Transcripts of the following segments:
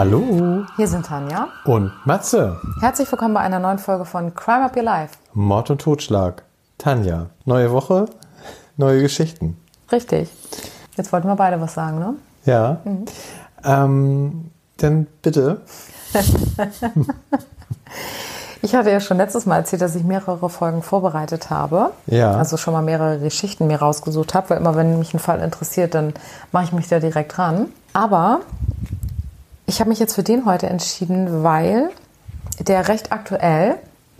Hallo. Hier sind Tanja Und Matze. Herzlich willkommen bei einer neuen Folge von Crime Up Your Life. Mord und Totschlag. Tanja, neue Woche, neue Geschichten. Richtig. Jetzt wollten wir beide was sagen, ne? Ja. Dann bitte. Ich hatte ja schon letztes Mal erzählt, dass ich mehrere Folgen vorbereitet habe. Ja. Also schon mal mehrere Geschichten mir rausgesucht habe, weil immer, wenn mich ein Fall interessiert, dann mache ich mich da direkt ran. Aber ich habe mich jetzt für den heute entschieden, weil der recht aktuell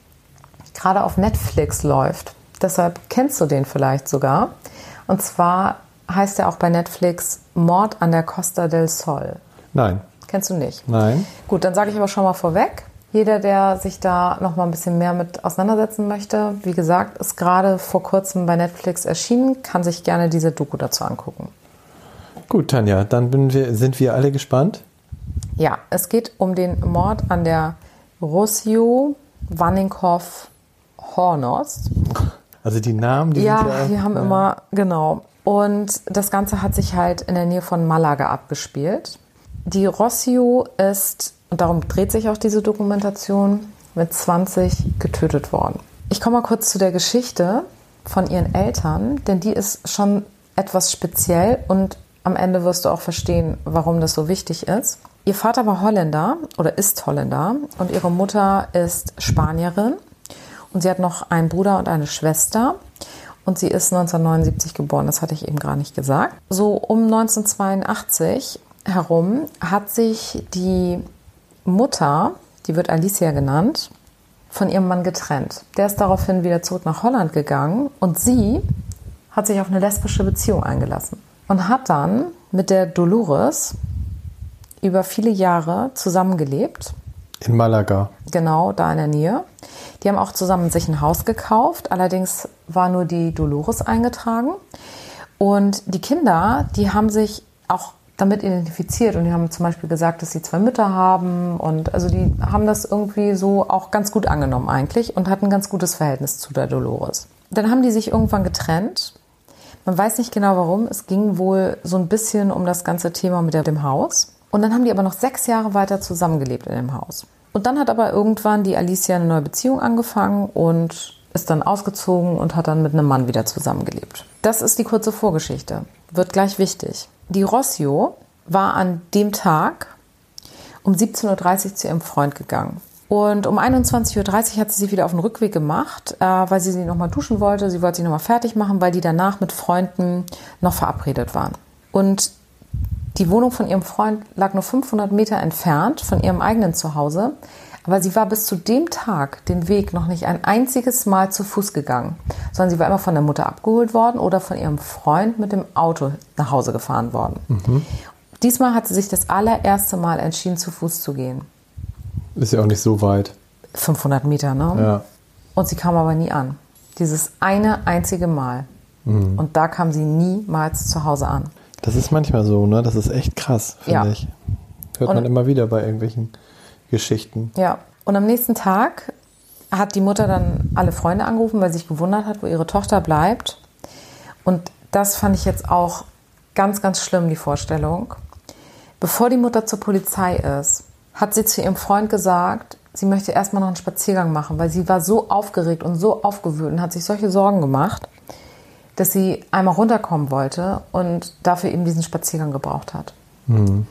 gerade auf Netflix läuft. Deshalb kennst du den vielleicht sogar. Und zwar heißt er auch bei Netflix Mord an der Costa del Sol. Nein. Kennst du nicht? Nein. Gut, dann sage ich aber schon mal vorweg. Jeder, der sich da noch mal ein bisschen mehr mit auseinandersetzen möchte, wie gesagt, ist gerade vor kurzem bei Netflix erschienen, kann sich gerne diese Doku dazu angucken. Gut, Tanja, dann sind wir alle gespannt. Ja, es geht um den Mord an der Rocio Wanninghoff Hornos. Also die Namen, die Ja, sind ja... die haben immer, genau. Und das Ganze hat sich halt in der Nähe von Malaga abgespielt. Die Rocio ist, und darum dreht sich auch diese Dokumentation, mit 20 getötet worden. Ich komme mal kurz zu der Geschichte von ihren Eltern, denn die ist schon etwas speziell und am Ende wirst du auch verstehen, warum das so wichtig ist. Ihr Vater war Holländer oder ist Holländer und ihre Mutter ist Spanierin und sie hat noch einen Bruder und eine Schwester. Und sie ist 1979 geboren, das hatte ich eben gar nicht gesagt. So um 1982 herum hat sich die Mutter, die wird Alicia genannt, von ihrem Mann getrennt. Der ist daraufhin wieder zurück nach Holland gegangen und sie hat sich auf eine lesbische Beziehung eingelassen und hat dann mit der Dolores über viele Jahre zusammengelebt. In Malaga. Genau, da in der Nähe. Die haben auch zusammen sich ein Haus gekauft, allerdings war nur die Dolores eingetragen. Und die Kinder, die haben sich auch damit identifiziert und die haben zum Beispiel gesagt, dass sie 2 Mütter haben und also die haben das irgendwie so auch ganz gut angenommen eigentlich und hatten ein ganz gutes Verhältnis zu der Dolores. Dann haben die sich irgendwann getrennt. Man weiß nicht genau warum, es ging wohl so ein bisschen um das ganze Thema mit dem Haus. Und dann haben die aber noch 6 Jahre weiter zusammengelebt in dem Haus. Und dann hat aber irgendwann die Alicia eine neue Beziehung angefangen und ist dann ausgezogen und hat dann mit einem Mann wieder zusammengelebt. Das ist die kurze Vorgeschichte. Wird gleich wichtig. Die Rocio war an dem Tag um 17.30 Uhr zu ihrem Freund gegangen. Und um 21.30 Uhr hat sie sich wieder auf den Rückweg gemacht, weil sie nochmal duschen wollte. Sie wollte sich nochmal fertig machen, weil die danach mit Freunden noch verabredet waren. Und die Wohnung von ihrem Freund lag nur 500 Meter entfernt von ihrem eigenen Zuhause. Aber sie war bis zu dem Tag den Weg noch nicht ein einziges Mal zu Fuß gegangen, sondern sie war immer von der Mutter abgeholt worden oder von ihrem Freund mit dem Auto nach Hause gefahren worden. Mhm. Diesmal hat sie sich das allererste Mal entschieden, zu Fuß zu gehen. Ist ja auch nicht so weit. 500 Meter, ne? Ja. Und sie kam aber nie an. Dieses eine einzige Mal. Mhm. Und da kam sie niemals zu Hause an. Das ist manchmal so, ne? Das ist echt krass, finde ich. Hört man immer wieder bei irgendwelchen Geschichten. Ja, und am nächsten Tag hat die Mutter dann alle Freunde angerufen, weil sie sich gewundert hat, wo ihre Tochter bleibt. Und das fand ich jetzt auch ganz, ganz schlimm, die Vorstellung. Bevor die Mutter zur Polizei ist, hat sie zu ihrem Freund gesagt, sie möchte erstmal noch einen Spaziergang machen, weil sie war so aufgeregt und so aufgewühlt und hat sich solche Sorgen gemacht, dass sie einmal runterkommen wollte und dafür eben diesen Spaziergang gebraucht hat. Mhm.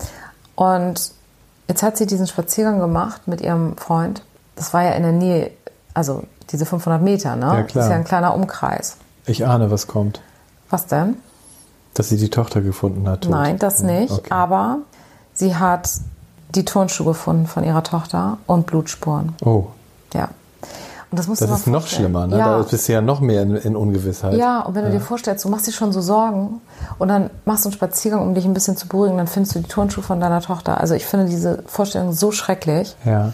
Und jetzt hat sie diesen Spaziergang gemacht mit ihrem Freund. Das war ja in der Nähe, also diese 500 Meter, ne? Ja, klar. Das ist ja ein kleiner Umkreis. Ich ahne, was kommt. Was denn? Dass sie die Tochter gefunden hat. Tot. Nein, das nicht. Okay. Aber sie hat die Turnschuhe gefunden von ihrer Tochter und Blutspuren. Oh. Ja. Und das ist noch schlimmer, ne? Ja. Da bist du ja noch mehr in Ungewissheit. Ja, und wenn du dir vorstellst, du machst dir schon so Sorgen und dann machst du einen Spaziergang, um dich ein bisschen zu beruhigen, dann findest du die Turnschuhe von deiner Tochter. Also ich finde diese Vorstellung so schrecklich. Ja.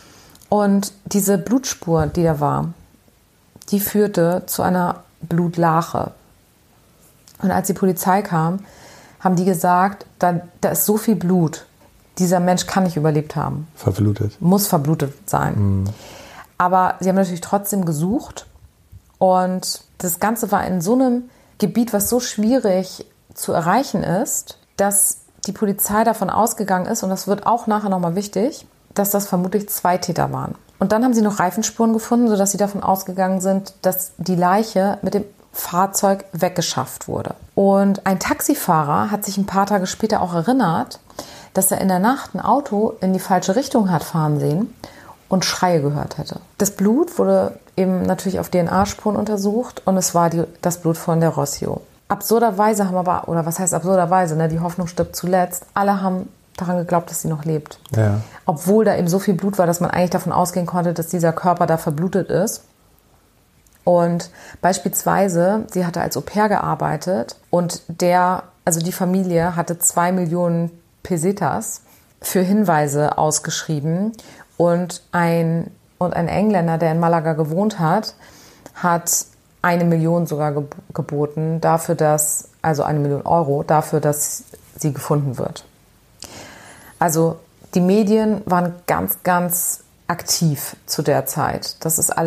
Und diese Blutspur, die da war, die führte zu einer Blutlache. Und als die Polizei kam, haben die gesagt, da ist so viel Blut, dieser Mensch kann nicht überlebt haben. Verblutet. Muss verblutet sein. Mhm. Aber sie haben natürlich trotzdem gesucht und das Ganze war in so einem Gebiet, was so schwierig zu erreichen ist, dass die Polizei davon ausgegangen ist, und das wird auch nachher nochmal wichtig, dass das vermutlich 2 Täter waren. Und dann haben sie noch Reifenspuren gefunden, sodass sie davon ausgegangen sind, dass die Leiche mit dem Fahrzeug weggeschafft wurde. Und ein Taxifahrer hat sich ein paar Tage später auch erinnert, dass er in der Nacht ein Auto in die falsche Richtung hat fahren sehen und Schreie gehört hätte. Das Blut wurde eben natürlich auf DNA-Spuren untersucht und es war das Blut von der Rossio. Absurderweise haben aber, oder was heißt absurderweise, ne, die Hoffnung stirbt zuletzt, alle haben daran geglaubt, dass sie noch lebt. Ja. Obwohl da eben so viel Blut war, dass man eigentlich davon ausgehen konnte, dass dieser Körper da verblutet ist. Und beispielsweise, sie hatte als Au-pair gearbeitet und die Familie hatte 2 Millionen Pesetas für Hinweise ausgeschrieben und ein Engländer, der in Malaga gewohnt hat 1 Million sogar geboten dafür, also 1 Million Euro dafür, dass sie gefunden wird. Also die Medien waren ganz, ganz aktiv zu der Zeit. Das war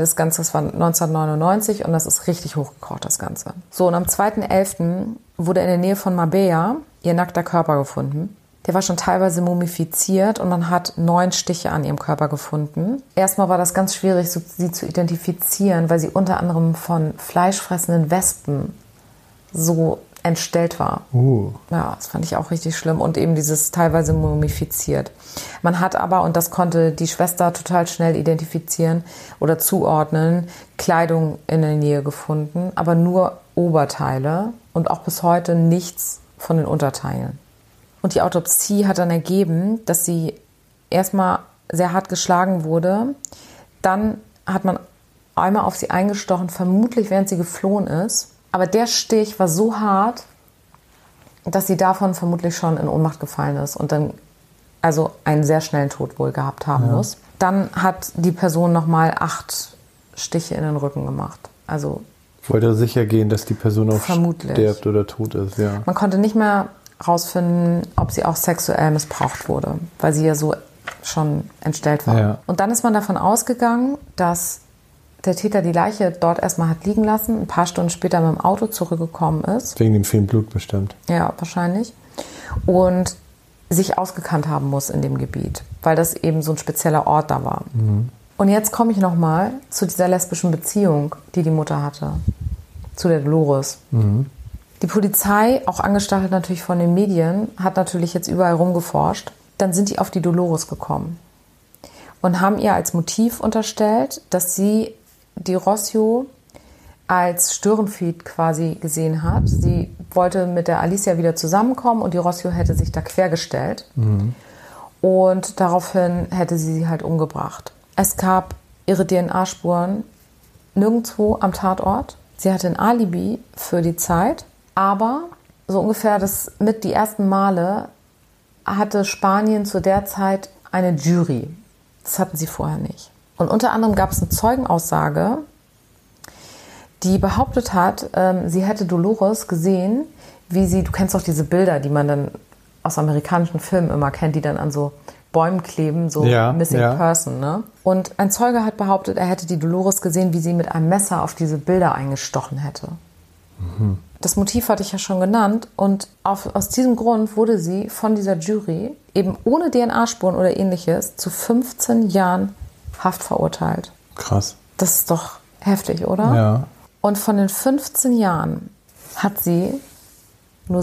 1999 und das ist richtig hochgekocht, das Ganze. So, und am 2.11. wurde in der Nähe von Marbella ihr nackter Körper gefunden. Der war schon teilweise mumifiziert und man hat 9 Stiche an ihrem Körper gefunden. Erstmal war das ganz schwierig, sie zu identifizieren, weil sie unter anderem von fleischfressenden Wespen so entstellt war. Ja, das fand ich auch richtig schlimm. Und eben dieses teilweise mumifiziert. Man hat aber, und das konnte die Schwester total schnell identifizieren oder zuordnen, Kleidung in der Nähe gefunden, aber nur Oberteile und auch bis heute nichts von den Unterteilen. Und die Autopsie hat dann ergeben, dass sie erstmal sehr hart geschlagen wurde. Dann hat man einmal auf sie eingestochen, vermutlich während sie geflohen ist. Aber der Stich war so hart, dass sie davon vermutlich schon in Ohnmacht gefallen ist und dann also einen sehr schnellen Tod wohl gehabt haben muss. Dann hat die Person nochmal 8 Stiche in den Rücken gemacht. Also wollte sicher gehen, dass die Person auch stirbt oder tot ist. Ja. Man konnte nicht mehr rausfinden, ob sie auch sexuell missbraucht wurde, weil sie ja so schon entstellt war. Ja. Und dann ist man davon ausgegangen, dass der Täter die Leiche dort erstmal hat liegen lassen, ein paar Stunden später mit dem Auto zurückgekommen ist. Wegen dem vielen Blut bestimmt. Ja, wahrscheinlich. Und sich ausgekannt haben muss in dem Gebiet, weil das eben so ein spezieller Ort da war. Mhm. Und jetzt komme ich nochmal zu dieser lesbischen Beziehung, die die Mutter hatte, zu der Dolores. Mhm. Die Polizei, auch angestachelt natürlich von den Medien, hat natürlich jetzt überall rumgeforscht. Dann sind die auf die Dolores gekommen und haben ihr als Motiv unterstellt, dass sie die Rossio als Störenfried quasi gesehen hat. Sie wollte mit der Alicia wieder zusammenkommen und die Rossio hätte sich da quergestellt. Mhm. Und daraufhin hätte sie halt umgebracht. Es gab ihre DNA-Spuren nirgendwo am Tatort. Sie hatte ein Alibi für die Zeit, aber so ungefähr die ersten Male hatte Spanien zu der Zeit eine Jury. Das hatten sie vorher nicht. Und unter anderem gab es eine Zeugenaussage, die behauptet hat, sie hätte Dolores gesehen, du kennst doch diese Bilder, die man dann aus amerikanischen Filmen immer kennt, die dann an so Bäumen kleben, so Missing Person. Ne? Und ein Zeuge hat behauptet, er hätte die Dolores gesehen, wie sie mit einem Messer auf diese Bilder eingestochen hätte. Mhm. Das Motiv hatte ich ja schon genannt und aus diesem Grund wurde sie von dieser Jury eben ohne DNA-Spuren oder ähnliches zu 15 Jahren Haft verurteilt. Krass. Das ist doch heftig, oder? Ja. Und von den 15 Jahren hat sie nur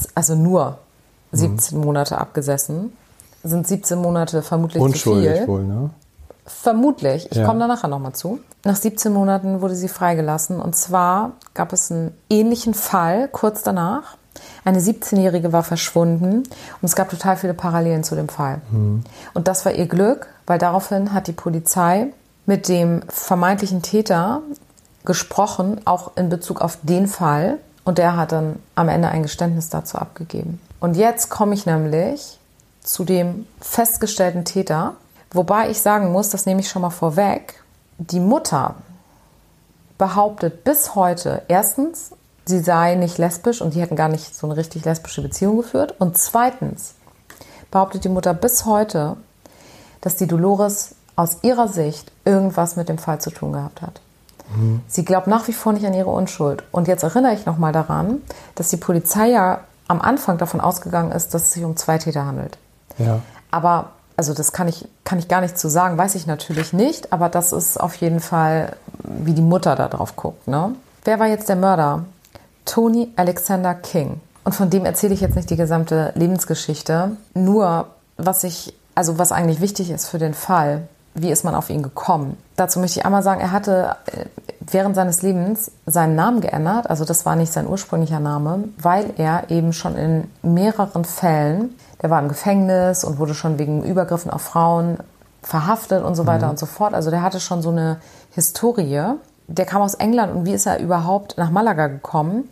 17 Monate abgesessen. Sind 17 Monate vermutlich unschuldig zu viel. Wohl, ne? Vermutlich. Ich komme da nachher nochmal zu. Nach 17 Monaten wurde sie freigelassen. Und zwar gab es einen ähnlichen Fall kurz danach. Eine 17-Jährige war verschwunden und es gab total viele Parallelen zu dem Fall. Mhm. Und das war ihr Glück, weil daraufhin hat die Polizei mit dem vermeintlichen Täter gesprochen, auch in Bezug auf den Fall. Und der hat dann am Ende ein Geständnis dazu abgegeben. Und jetzt komme ich nämlich zu dem festgestellten Täter. Wobei ich sagen muss, das nehme ich schon mal vorweg, die Mutter behauptet bis heute, erstens, sie sei nicht lesbisch und die hätten gar nicht so eine richtig lesbische Beziehung geführt. Und zweitens behauptet die Mutter bis heute, dass die Dolores aus ihrer Sicht irgendwas mit dem Fall zu tun gehabt hat. Mhm. Sie glaubt nach wie vor nicht an ihre Unschuld. Und jetzt erinnere ich nochmal daran, dass die Polizei ja am Anfang davon ausgegangen ist, dass es sich um 2 Täter handelt. Ja. Aber, also das kann ich gar nicht zu sagen, weiß ich natürlich nicht, aber das ist auf jeden Fall, wie die Mutter da drauf guckt. Ne? Wer war jetzt der Mörder? Tony Alexander King. Und von dem erzähle ich jetzt nicht die gesamte Lebensgeschichte, nur was eigentlich wichtig ist für den Fall. Wie ist man auf ihn gekommen? Dazu möchte ich einmal sagen, er hatte während seines Lebens seinen Namen geändert. Also das war nicht sein ursprünglicher Name, weil er eben schon in mehreren Fällen, der war im Gefängnis und wurde schon wegen Übergriffen auf Frauen verhaftet und so weiter und so fort. Also der hatte schon so eine Historie. Der kam aus England und wie ist er überhaupt nach Malaga gekommen?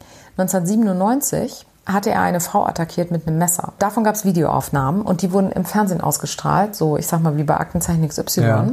1997 hatte er eine Frau attackiert mit einem Messer. Davon gab es Videoaufnahmen und die wurden im Fernsehen ausgestrahlt, so ich sag mal wie bei Aktenzeichen XY. Ja.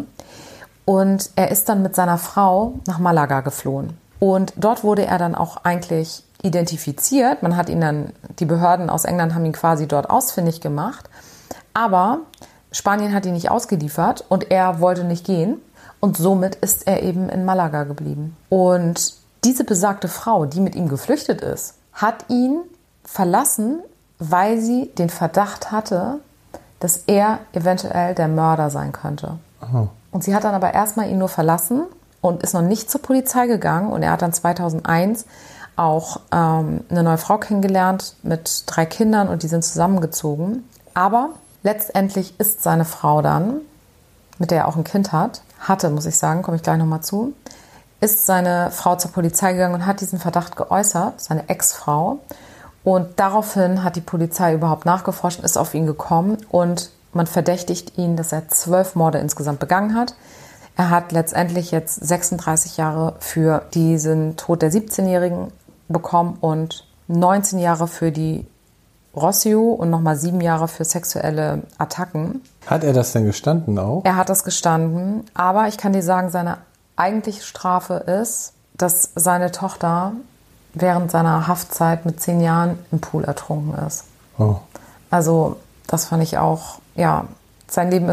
Und er ist dann mit seiner Frau nach Malaga geflohen. Und dort wurde er dann auch eigentlich identifiziert. Man hat ihn dann, die Behörden aus England haben ihn quasi dort ausfindig gemacht. Aber Spanien hat ihn nicht ausgeliefert und er wollte nicht gehen. Und somit ist er eben in Malaga geblieben. Und diese besagte Frau, die mit ihm geflüchtet ist, hat ihn verlassen, weil sie den Verdacht hatte, dass er eventuell der Mörder sein könnte. Oh. Und sie hat dann aber erstmal ihn nur verlassen und ist noch nicht zur Polizei gegangen. Und er hat dann 2001 auch eine neue Frau kennengelernt mit 3 Kindern und die sind zusammengezogen. Aber letztendlich ist seine Frau dann, mit der er auch ein Kind hatte, muss ich sagen, komme ich gleich nochmal zu, ist seine Frau zur Polizei gegangen und hat diesen Verdacht geäußert, seine Ex-Frau. Und daraufhin hat die Polizei überhaupt nachgeforscht, ist auf ihn gekommen und man verdächtigt ihn, dass er 12 Morde insgesamt begangen hat. Er hat letztendlich jetzt 36 Jahre für diesen Tod der 17-Jährigen bekommen und 19 Jahre für die Rossio und nochmal 7 Jahre für sexuelle Attacken. Hat er das denn gestanden auch? Er hat das gestanden, aber ich kann dir sagen, seine eigentliche Strafe ist, dass seine Tochter während seiner Haftzeit mit 10 Jahren im Pool ertrunken ist. Oh. Also das fand ich auch, ja, sein Leben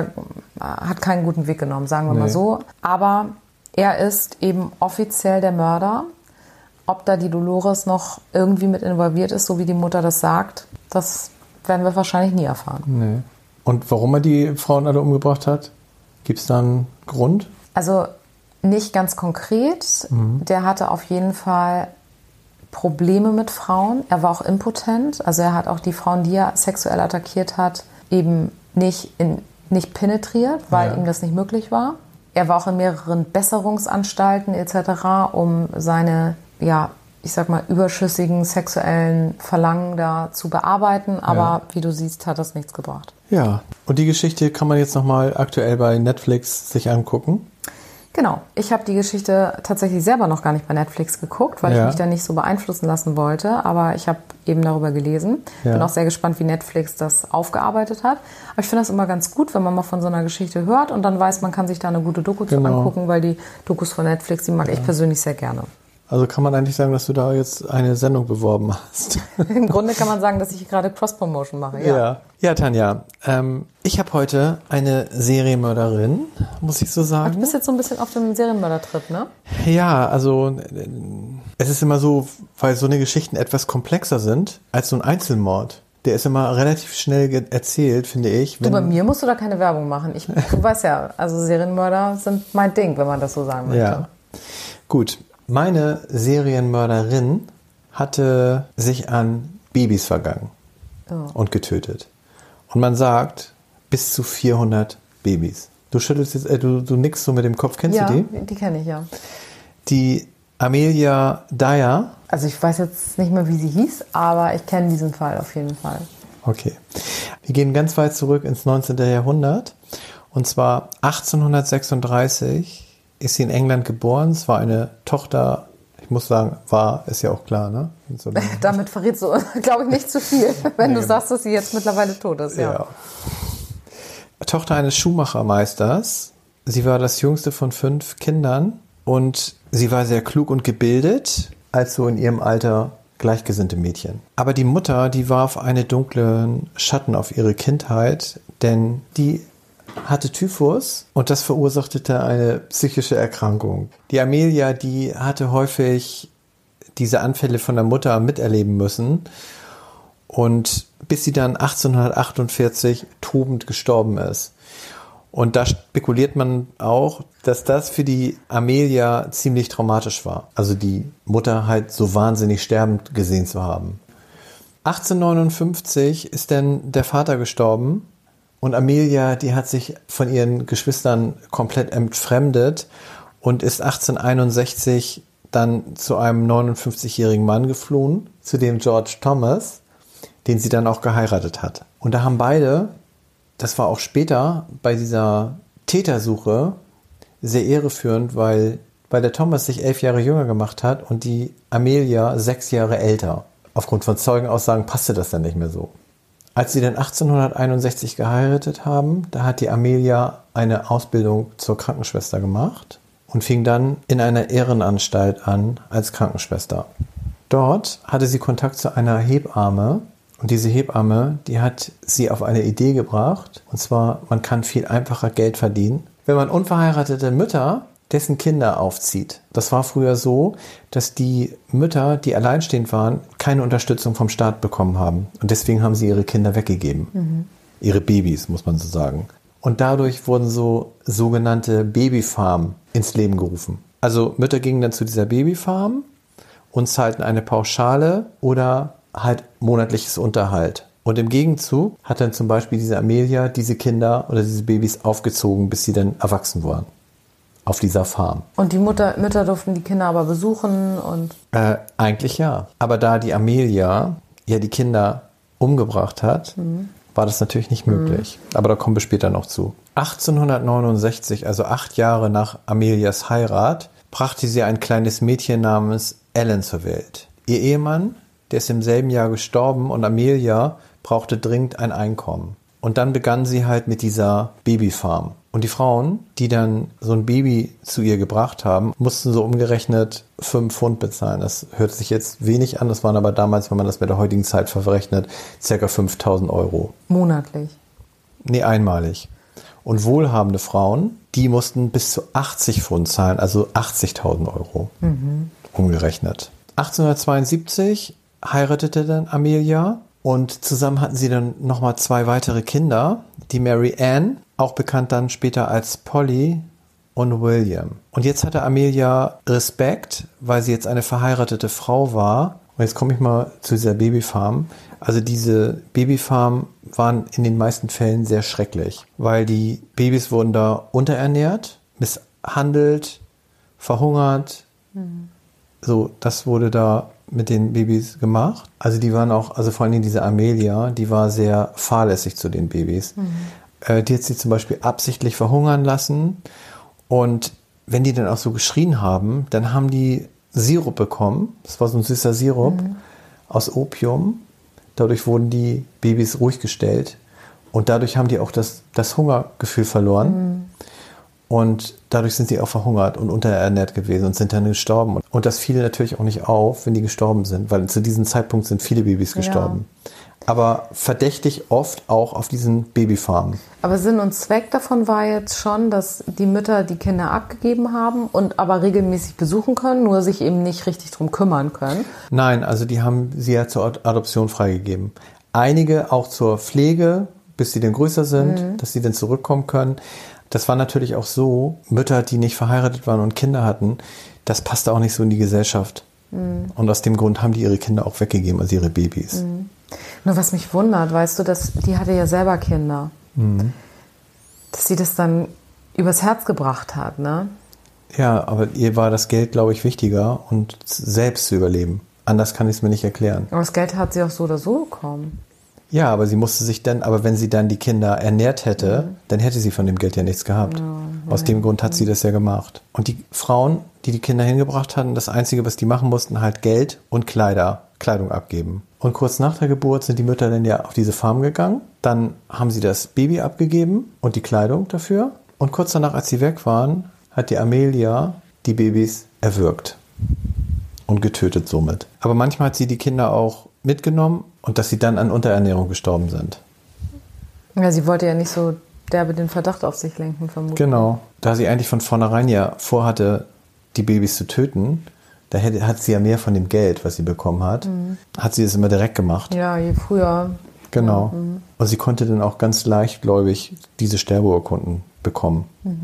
hat keinen guten Weg genommen, sagen wir mal so. Aber er ist eben offiziell der Mörder. Ob da die Dolores noch irgendwie mit involviert ist, so wie die Mutter das sagt, das werden wir wahrscheinlich nie erfahren. Nee. Und warum er die Frauen alle umgebracht hat? Gibt es da einen Grund? Also nicht ganz konkret. Der hatte auf jeden Fall Probleme mit Frauen. Er war auch impotent. Also er hat auch die Frauen, die er sexuell attackiert hat, eben nicht penetriert, weil ihm das nicht möglich war. Er war auch in mehreren Besserungsanstalten etc., um seine, ja, ich sag mal, überschüssigen sexuellen Verlangen da zu bearbeiten. Aber wie du siehst, hat das nichts gebracht. Ja, und die Geschichte kann man jetzt nochmal aktuell bei Netflix sich angucken. Genau, ich habe die Geschichte tatsächlich selber noch gar nicht bei Netflix geguckt, weil ich mich da nicht so beeinflussen lassen wollte, aber ich habe eben darüber gelesen. Bin auch sehr gespannt, wie Netflix das aufgearbeitet hat. Aber ich finde das immer ganz gut, wenn man mal von so einer Geschichte hört und dann weiß, man kann sich da eine gute Doku zu angucken, weil die Dokus von Netflix, die mag ich persönlich sehr gerne. Also kann man eigentlich sagen, dass du da jetzt eine Sendung beworben hast? Im Grunde kann man sagen, dass ich gerade Cross-Promotion mache, Ja, Tanja, ich habe heute eine Serienmörderin, muss ich so sagen. Du bist jetzt so ein bisschen auf dem Serienmörder-Trip, ne? Ja, also es ist immer so, weil so eine Geschichten etwas komplexer sind als so ein Einzelmord. Der ist immer relativ schnell erzählt, finde ich. Bei mir musst du da keine Werbung machen. Du weißt ja, also Serienmörder sind mein Ding, wenn man das so sagen möchte. Ja, gut. Meine Serienmörderin hatte sich an Babys vergangen und getötet. Und man sagt, bis zu 400 Babys. Du schüttelst jetzt, du nickst so mit dem Kopf. Kennst du die? Ja, die kenne ich, ja. Die Amelia Dyer. Also ich weiß jetzt nicht mehr, wie sie hieß, aber ich kenne diesen Fall auf jeden Fall. Okay. Wir gehen ganz weit zurück ins 19. Jahrhundert. Und zwar 1836 ist sie in England geboren. Es war eine Tochter, ich muss sagen, ist ja auch klar, ne? So damit verrätst du, glaube ich, nicht zu viel, wenn du sagst, dass sie jetzt mittlerweile tot ist. Ja. Tochter eines Schuhmachermeisters. Sie war das jüngste von 5 Kindern und sie war sehr klug und gebildet, als so in ihrem Alter gleichgesinnte Mädchen. Aber die Mutter, die warf einen dunklen Schatten auf ihre Kindheit, denn die hatte Typhus und das verursachte eine psychische Erkrankung. Die Amelia, die hatte häufig diese Anfälle von der Mutter miterleben müssen und bis sie dann 1848 tobend gestorben ist. Und da spekuliert man auch, dass das für die Amelia ziemlich traumatisch war. Also die Mutter halt so wahnsinnig sterbend gesehen zu haben. 1859 ist dann der Vater gestorben und Amelia, die hat sich von ihren Geschwistern komplett entfremdet und ist 1861 dann zu einem 59-jährigen Mann geflohen, zu dem George Thomas, den sie dann auch geheiratet hat. Und da haben beide, das war auch später bei dieser Tätersuche sehr irreführend, weil der Thomas sich 11 Jahre jünger gemacht hat und die Amelia 6 Jahre älter. Aufgrund von Zeugenaussagen passte das dann nicht mehr so. Als sie dann 1861 geheiratet haben, da hat die Amelia eine Ausbildung zur Krankenschwester gemacht und fing dann in einer Irrenanstalt an als Krankenschwester. Dort hatte sie Kontakt zu einer Hebamme und diese Hebamme, die hat sie auf eine Idee gebracht, und zwar, man kann viel einfacher Geld verdienen, wenn man unverheiratete Mütter dessen Kinder aufzieht. Das war früher so, dass die Mütter, die alleinstehend waren, keine Unterstützung vom Staat bekommen haben. Und deswegen haben sie ihre Kinder weggegeben. Ihre Babys, muss man so sagen. Und dadurch wurden so sogenannte Babyfarmen ins Leben gerufen. Also Mütter gingen dann zu dieser Babyfarm und zahlten eine Pauschale oder halt monatliches Unterhalt. Und im Gegenzug hat dann zum Beispiel diese Amelia diese Kinder oder diese Babys aufgezogen, bis sie dann erwachsen waren. Auf dieser Farm. Und die Mütter durften die Kinder aber besuchen und... Eigentlich ja. Aber da die Amelia ja die Kinder umgebracht hat, war das natürlich nicht möglich. Aber da kommen wir später noch zu. 1869, also 8 Jahre nach Amelias Heirat, brachte sie ein kleines Mädchen namens Ellen zur Welt. Ihr Ehemann, der ist im selben Jahr gestorben und Amelia brauchte dringend ein Einkommen. Und dann begann sie halt mit dieser Babyfarm. Und die Frauen, die dann so ein Baby zu ihr gebracht haben, mussten so umgerechnet 5 Pfund bezahlen. Das hört sich jetzt wenig an, das waren aber damals, wenn man das mit der heutigen Zeit verrechnet, ca. 5.000 Euro. Monatlich? Nee, einmalig. Und wohlhabende Frauen, die mussten bis zu 80 Pfund zahlen, also 80.000 Euro umgerechnet. 1872 heiratete dann Amelia und zusammen hatten sie dann nochmal 2 weitere Kinder, die Mary Ann, auch bekannt dann später als Polly, und William. Und jetzt hatte Amelia Respekt, weil sie jetzt eine verheiratete Frau war. Und jetzt komme ich mal zu dieser Babyfarm. Also diese Babyfarm waren in den meisten Fällen sehr schrecklich, weil die Babys wurden da unterernährt, misshandelt, verhungert. So, das wurde da mit den Babys gemacht. Also die waren auch, also vor allen Dingen diese Amelia, die war sehr fahrlässig zu den Babys. Die hat sie zum Beispiel absichtlich verhungern lassen. Und wenn die dann auch so geschrien haben, dann haben die Sirup bekommen. Das war so ein süßer Sirup aus Opium. Dadurch wurden die Babys ruhig gestellt. Und dadurch haben die auch das Hungergefühl verloren. Und dadurch sind sie auch verhungert und unterernährt gewesen und sind dann gestorben. Und das fiel natürlich auch nicht auf, wenn die gestorben sind, weil zu diesem Zeitpunkt sind viele Babys gestorben. Ja. Aber verdächtig oft auch auf diesen Babyfarmen. Aber Sinn und Zweck davon war jetzt schon, dass die Mütter die Kinder abgegeben haben und aber regelmäßig besuchen können, nur sich eben nicht richtig drum kümmern können. Nein, also die haben sie ja zur Adoption freigegeben. Einige auch zur Pflege, bis sie dann größer sind, dass sie dann zurückkommen können. Das war natürlich auch so, Mütter, die nicht verheiratet waren und Kinder hatten, das passte auch nicht so in die Gesellschaft. Und aus dem Grund haben die ihre Kinder auch weggegeben, also ihre Babys. Nur was mich wundert, weißt du, die hatte ja selber Kinder. Dass sie das dann übers Herz gebracht hat, ne? Ja, aber ihr war das Geld, glaube ich, wichtiger und selbst zu überleben. Anders kann ich es mir nicht erklären. Aber das Geld hat sie auch so oder so bekommen. Ja, aber sie musste sich dann, aber wenn sie dann die Kinder ernährt hätte, dann hätte sie von dem Geld ja nichts gehabt. Aus dem Grund hat sie das ja gemacht. Und die Frauen, die die Kinder hingebracht hatten, das Einzige, was die machen mussten, halt Geld und Kleidung abgeben. Und kurz nach der Geburt sind die Mütter dann ja auf diese Farm gegangen. Dann haben sie das Baby abgegeben und die Kleidung dafür. Und kurz danach, als sie weg waren, hat die Amelia die Babys erwürgt und getötet somit. Aber manchmal hat sie die Kinder auch mitgenommen und dass sie dann an Unterernährung gestorben sind. Ja, sie wollte ja nicht so derbe den Verdacht auf sich lenken, vermutlich. Genau. Da sie eigentlich von vornherein ja vorhatte, die Babys zu töten, Da hat sie ja mehr von dem Geld, was sie bekommen hat, hat sie es immer direkt gemacht. Ja, je früher. Genau. Ja, und sie konnte dann auch ganz leichtgläubig diese Sterbeurkunden bekommen.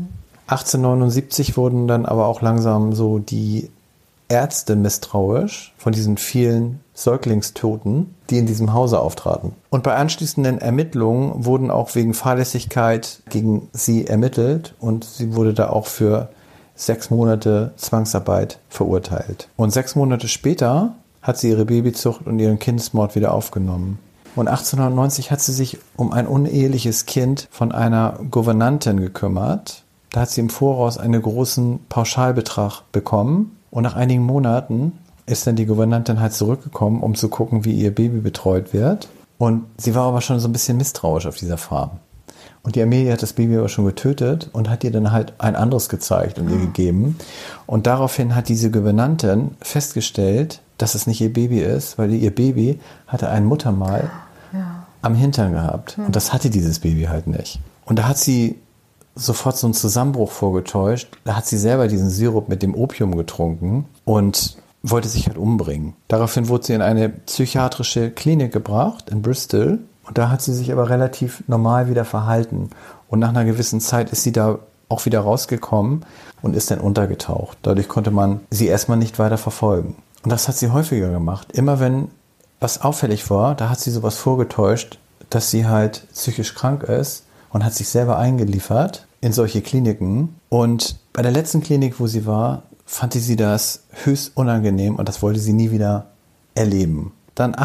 1879 wurden dann aber auch langsam so die Ärzte misstrauisch von diesen vielen Säuglingstoten, die in diesem Hause auftraten. Und bei anschließenden Ermittlungen wurden auch wegen Fahrlässigkeit gegen sie ermittelt und sie wurde da auch für 6 Monate Zwangsarbeit verurteilt. Und 6 Monate später hat sie ihre Babyzucht und ihren Kindesmord wieder aufgenommen. Und 1890 hat sie sich um ein uneheliches Kind von einer Gouvernantin gekümmert. Da hat sie im Voraus einen großen Pauschalbetrag bekommen. Und nach einigen Monaten ist dann die Gouvernantin halt zurückgekommen, um zu gucken, wie ihr Baby betreut wird. Und sie war aber schon so ein bisschen misstrauisch auf dieser Farm. Und die Amelie hat das Baby aber schon getötet und hat ihr dann halt ein anderes gezeigt und ihr gegeben. Und daraufhin hat diese Gouvernantin festgestellt, dass es nicht ihr Baby ist, weil ihr Baby hatte ein Muttermal am Hintern gehabt. Und das hatte dieses Baby halt nicht. Und da hat sie sofort so einen Zusammenbruch vorgetäuscht. Da hat sie selber diesen Sirup mit dem Opium getrunken und wollte sich halt umbringen. Daraufhin wurde sie in eine psychiatrische Klinik gebracht in Bristol. Und da hat sie sich aber relativ normal wieder verhalten. Und nach einer gewissen Zeit ist sie da auch wieder rausgekommen und ist dann untergetaucht. Dadurch konnte man sie erstmal nicht weiter verfolgen. Und das hat sie häufiger gemacht. Immer wenn was auffällig war, da hat sie sowas vorgetäuscht, dass sie halt psychisch krank ist und hat sich selber eingeliefert in solche Kliniken. Und bei der letzten Klinik, wo sie war, fand sie das höchst unangenehm und das wollte sie nie wieder erleben. Dann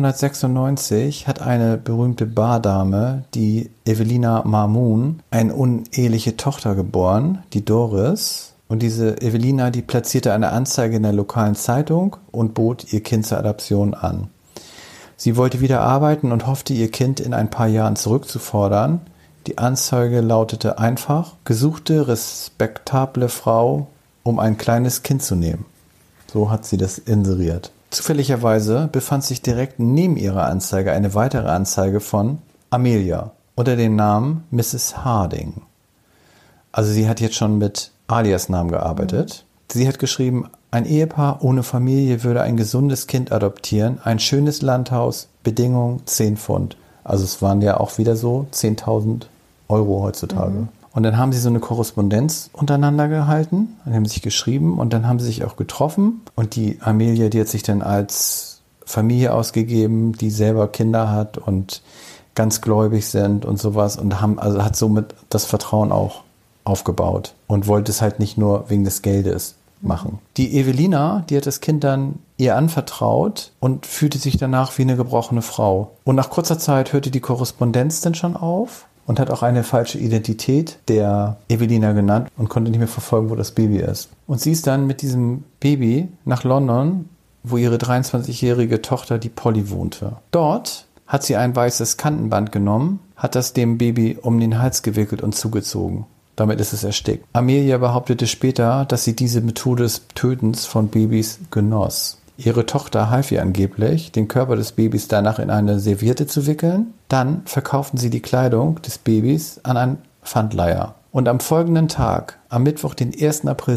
1896 hat eine berühmte Bardame, die Evelina Marmoon, eine uneheliche Tochter geboren, die Doris. Und diese Evelina, die platzierte eine Anzeige in der lokalen Zeitung und bot ihr Kind zur Adoption an. Sie wollte wieder arbeiten und hoffte, ihr Kind in ein paar Jahren zurückzufordern. Die Anzeige lautete einfach: gesuchte, respektable Frau, um ein kleines Kind zu nehmen. So hat sie das inseriert. Zufälligerweise befand sich direkt neben ihrer Anzeige eine weitere Anzeige von Amelia unter dem Namen Mrs. Harding. Also sie hat jetzt schon mit Aliasnamen gearbeitet. Sie hat geschrieben, ein Ehepaar ohne Familie würde ein gesundes Kind adoptieren, ein schönes Landhaus, Bedingung 10 Pfund. Also es waren ja auch wieder so 10.000 Euro heutzutage. Und dann haben sie so eine Korrespondenz untereinander gehalten, dann haben sie sich geschrieben und dann haben sie sich auch getroffen. Und die Amelia, die hat sich dann als Familie ausgegeben, die selber Kinder hat und ganz gläubig sind und sowas und hat somit das Vertrauen auch aufgebaut und wollte es halt nicht nur wegen des Geldes machen. Die Evelina, die hat das Kind dann ihr anvertraut und fühlte sich danach wie eine gebrochene Frau. Und nach kurzer Zeit hörte die Korrespondenz dann schon auf und hat auch eine falsche Identität der Evelina genannt und konnte nicht mehr verfolgen, wo das Baby ist. Und sie ist dann mit diesem Baby nach London, wo ihre 23-jährige Tochter, die Polly, wohnte. Dort hat sie ein weißes Kantenband genommen, hat das dem Baby um den Hals gewickelt und zugezogen. Damit ist es erstickt. Amelia behauptete später, dass sie diese Methode des Tötens von Babys genoss. Ihre Tochter half ihr angeblich, den Körper des Babys danach in eine Serviette zu wickeln. Dann verkauften sie die Kleidung des Babys an einen Pfandleiher. Und am folgenden Tag, am Mittwoch, den 1. April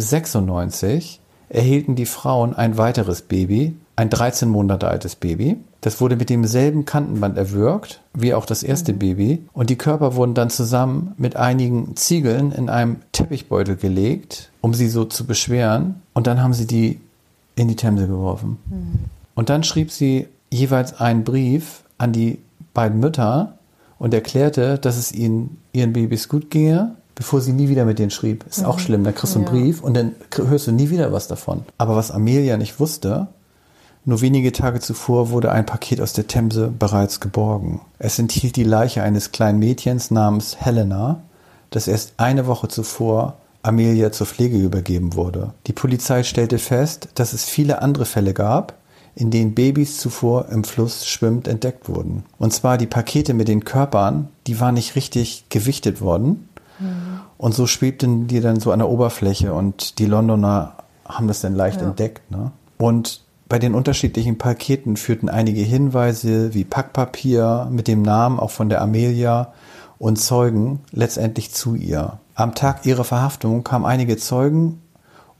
96, erhielten die Frauen ein weiteres Baby, ein 13 Monate altes Baby. Das wurde mit demselben Kantenband erwürgt, wie auch das erste Baby. Und die Körper wurden dann zusammen mit einigen Ziegeln in einem Teppichbeutel gelegt, um sie so zu beschweren. Und dann haben sie die in die Themse geworfen. Und dann schrieb sie jeweils einen Brief an die beiden Mütter und erklärte, dass es ihren Babys gut ginge, bevor sie nie wieder mit denen schrieb. Ist auch schlimm, da kriegst du einen Brief und dann hörst du nie wieder was davon. Aber was Amelia nicht wusste, nur wenige Tage zuvor wurde ein Paket aus der Themse bereits geborgen. Es enthielt die Leiche eines kleinen Mädchens namens Helena, das erst eine Woche zuvor Amelia zur Pflege übergeben wurde. Die Polizei stellte fest, dass es viele andere Fälle gab, in denen Babys zuvor im Fluss schwimmend entdeckt wurden. Und zwar die Pakete mit den Körpern, die waren nicht richtig gewichtet worden. Und so schwebten die dann so an der Oberfläche und die Londoner haben das dann leicht entdeckt. Ne? Und bei den unterschiedlichen Paketen führten einige Hinweise wie Packpapier mit dem Namen auch von der Amelia und Zeugen letztendlich zu ihr. Am Tag ihrer Verhaftung kamen einige Zeugen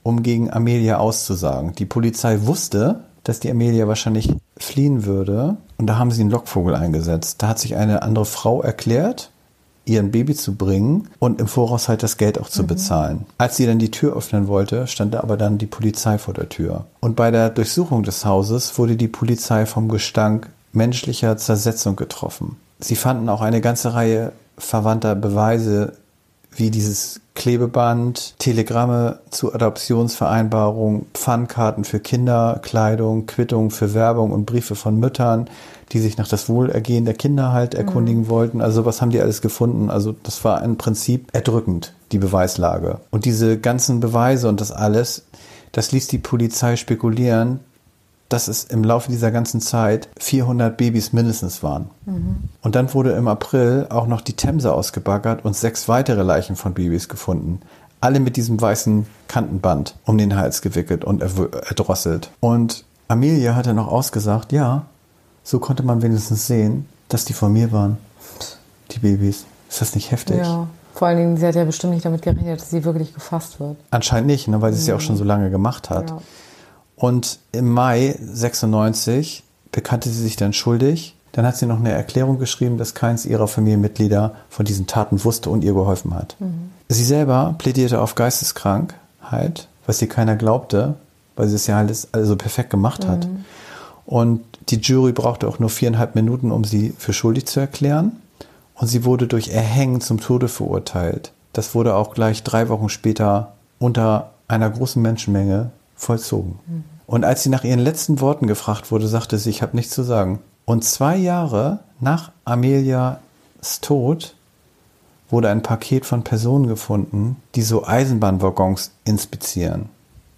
um gegen Amelia auszusagen. Die Polizei wusste, dass die Amelia wahrscheinlich fliehen würde. Und da haben sie einen Lockvogel eingesetzt. Da hat sich eine andere Frau erklärt, ihr ein Baby zu bringen und im Voraus halt das Geld auch zu bezahlen. Als sie dann die Tür öffnen wollte, stand da aber dann die Polizei vor der Tür. Und bei der Durchsuchung des Hauses wurde die Polizei vom Gestank menschlicher Zersetzung getroffen. Sie fanden auch eine ganze Reihe verwandter Beweise, wie dieses Klebeband, Telegramme zu Adoptionsvereinbarungen, Pfandkarten für Kinderkleidung, Quittungen für Werbung und Briefe von Müttern, die sich nach das Wohlergehen der Kinder halt erkundigen wollten. Also was haben die alles gefunden? Also das war im Prinzip erdrückend, die Beweislage. Und diese ganzen Beweise und das alles, das ließ die Polizei spekulieren, dass es im Laufe dieser ganzen Zeit 400 Babys mindestens waren. Und dann wurde im April auch noch die Themse ausgebaggert und 6 weitere Leichen von Babys gefunden. Alle mit diesem weißen Kantenband um den Hals gewickelt und erdrosselt. Und Amelia hatte noch ausgesagt, ja, so konnte man wenigstens sehen, dass die von mir waren, die Babys. Ist das nicht heftig? Ja, vor allen Dingen, sie hat ja bestimmt nicht damit gerechnet, dass sie wirklich gefasst wird. Anscheinend nicht, ne, weil sie es ja auch schon so lange gemacht hat. Ja. Und im Mai 96 bekannte sie sich dann schuldig. Dann hat sie noch eine Erklärung geschrieben, dass keins ihrer Familienmitglieder von diesen Taten wusste und ihr geholfen hat. Sie selber plädierte auf Geisteskrankheit, was ihr keiner glaubte, weil sie es ja alles also perfekt gemacht hat. Und die Jury brauchte auch nur 4,5 Minuten, um sie für schuldig zu erklären. Und sie wurde durch Erhängen zum Tode verurteilt. Das wurde auch gleich 3 Wochen später unter einer großen Menschenmenge vollzogen. Und als sie nach ihren letzten Worten gefragt wurde, sagte sie, ich habe nichts zu sagen. Und 2 Jahre nach Amelias Tod wurde ein Paket von Personen gefunden, die so Eisenbahnwaggons inspizieren.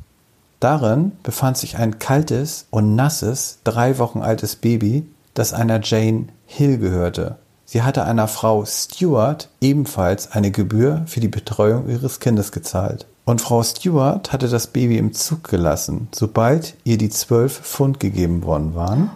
Darin befand sich ein kaltes und nasses, 3 Wochen altes Baby, das einer Jane Hill gehörte. Sie hatte einer Frau Stewart ebenfalls eine Gebühr für die Betreuung ihres Kindes gezahlt. Und Frau Stewart hatte das Baby im Zug gelassen, sobald ihr die 12 Pfund gegeben worden waren.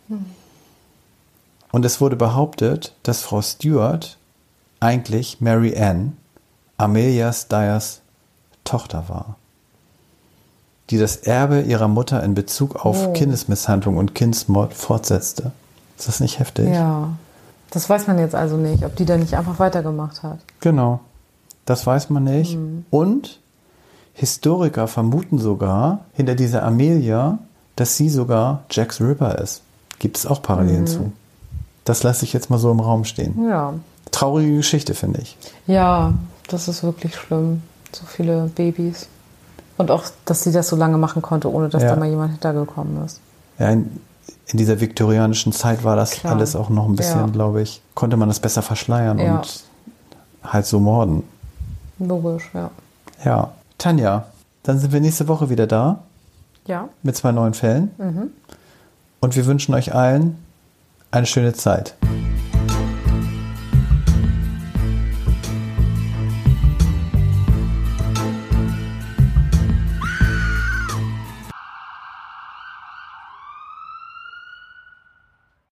Und es wurde behauptet, dass Frau Stewart eigentlich Mary Ann, Amelia Styers Tochter war, die das Erbe ihrer Mutter in Bezug auf Kindesmisshandlung und Kindsmord fortsetzte. Ist das nicht heftig? Ja, das weiß man jetzt also nicht, ob die da nicht einfach weitergemacht hat. Genau, das weiß man nicht. Und Historiker vermuten sogar hinter dieser Amelia, dass sie sogar Jack the Ripper ist. Gibt es auch Parallelen zu. Das lasse ich jetzt mal so im Raum stehen. Ja. Traurige Geschichte, finde ich. Ja, das ist wirklich schlimm. So viele Babys. Und auch, dass sie das so lange machen konnte, ohne dass da mal jemand hintergekommen ist. Ja, in dieser viktorianischen Zeit war das alles auch noch ein bisschen, glaube ich, konnte man das besser verschleiern und halt so morden. Logisch, ja. Ja. Tanja, dann sind wir nächste Woche wieder da. Ja. Mit 2 neuen Fällen. Und wir wünschen euch allen eine schöne Zeit.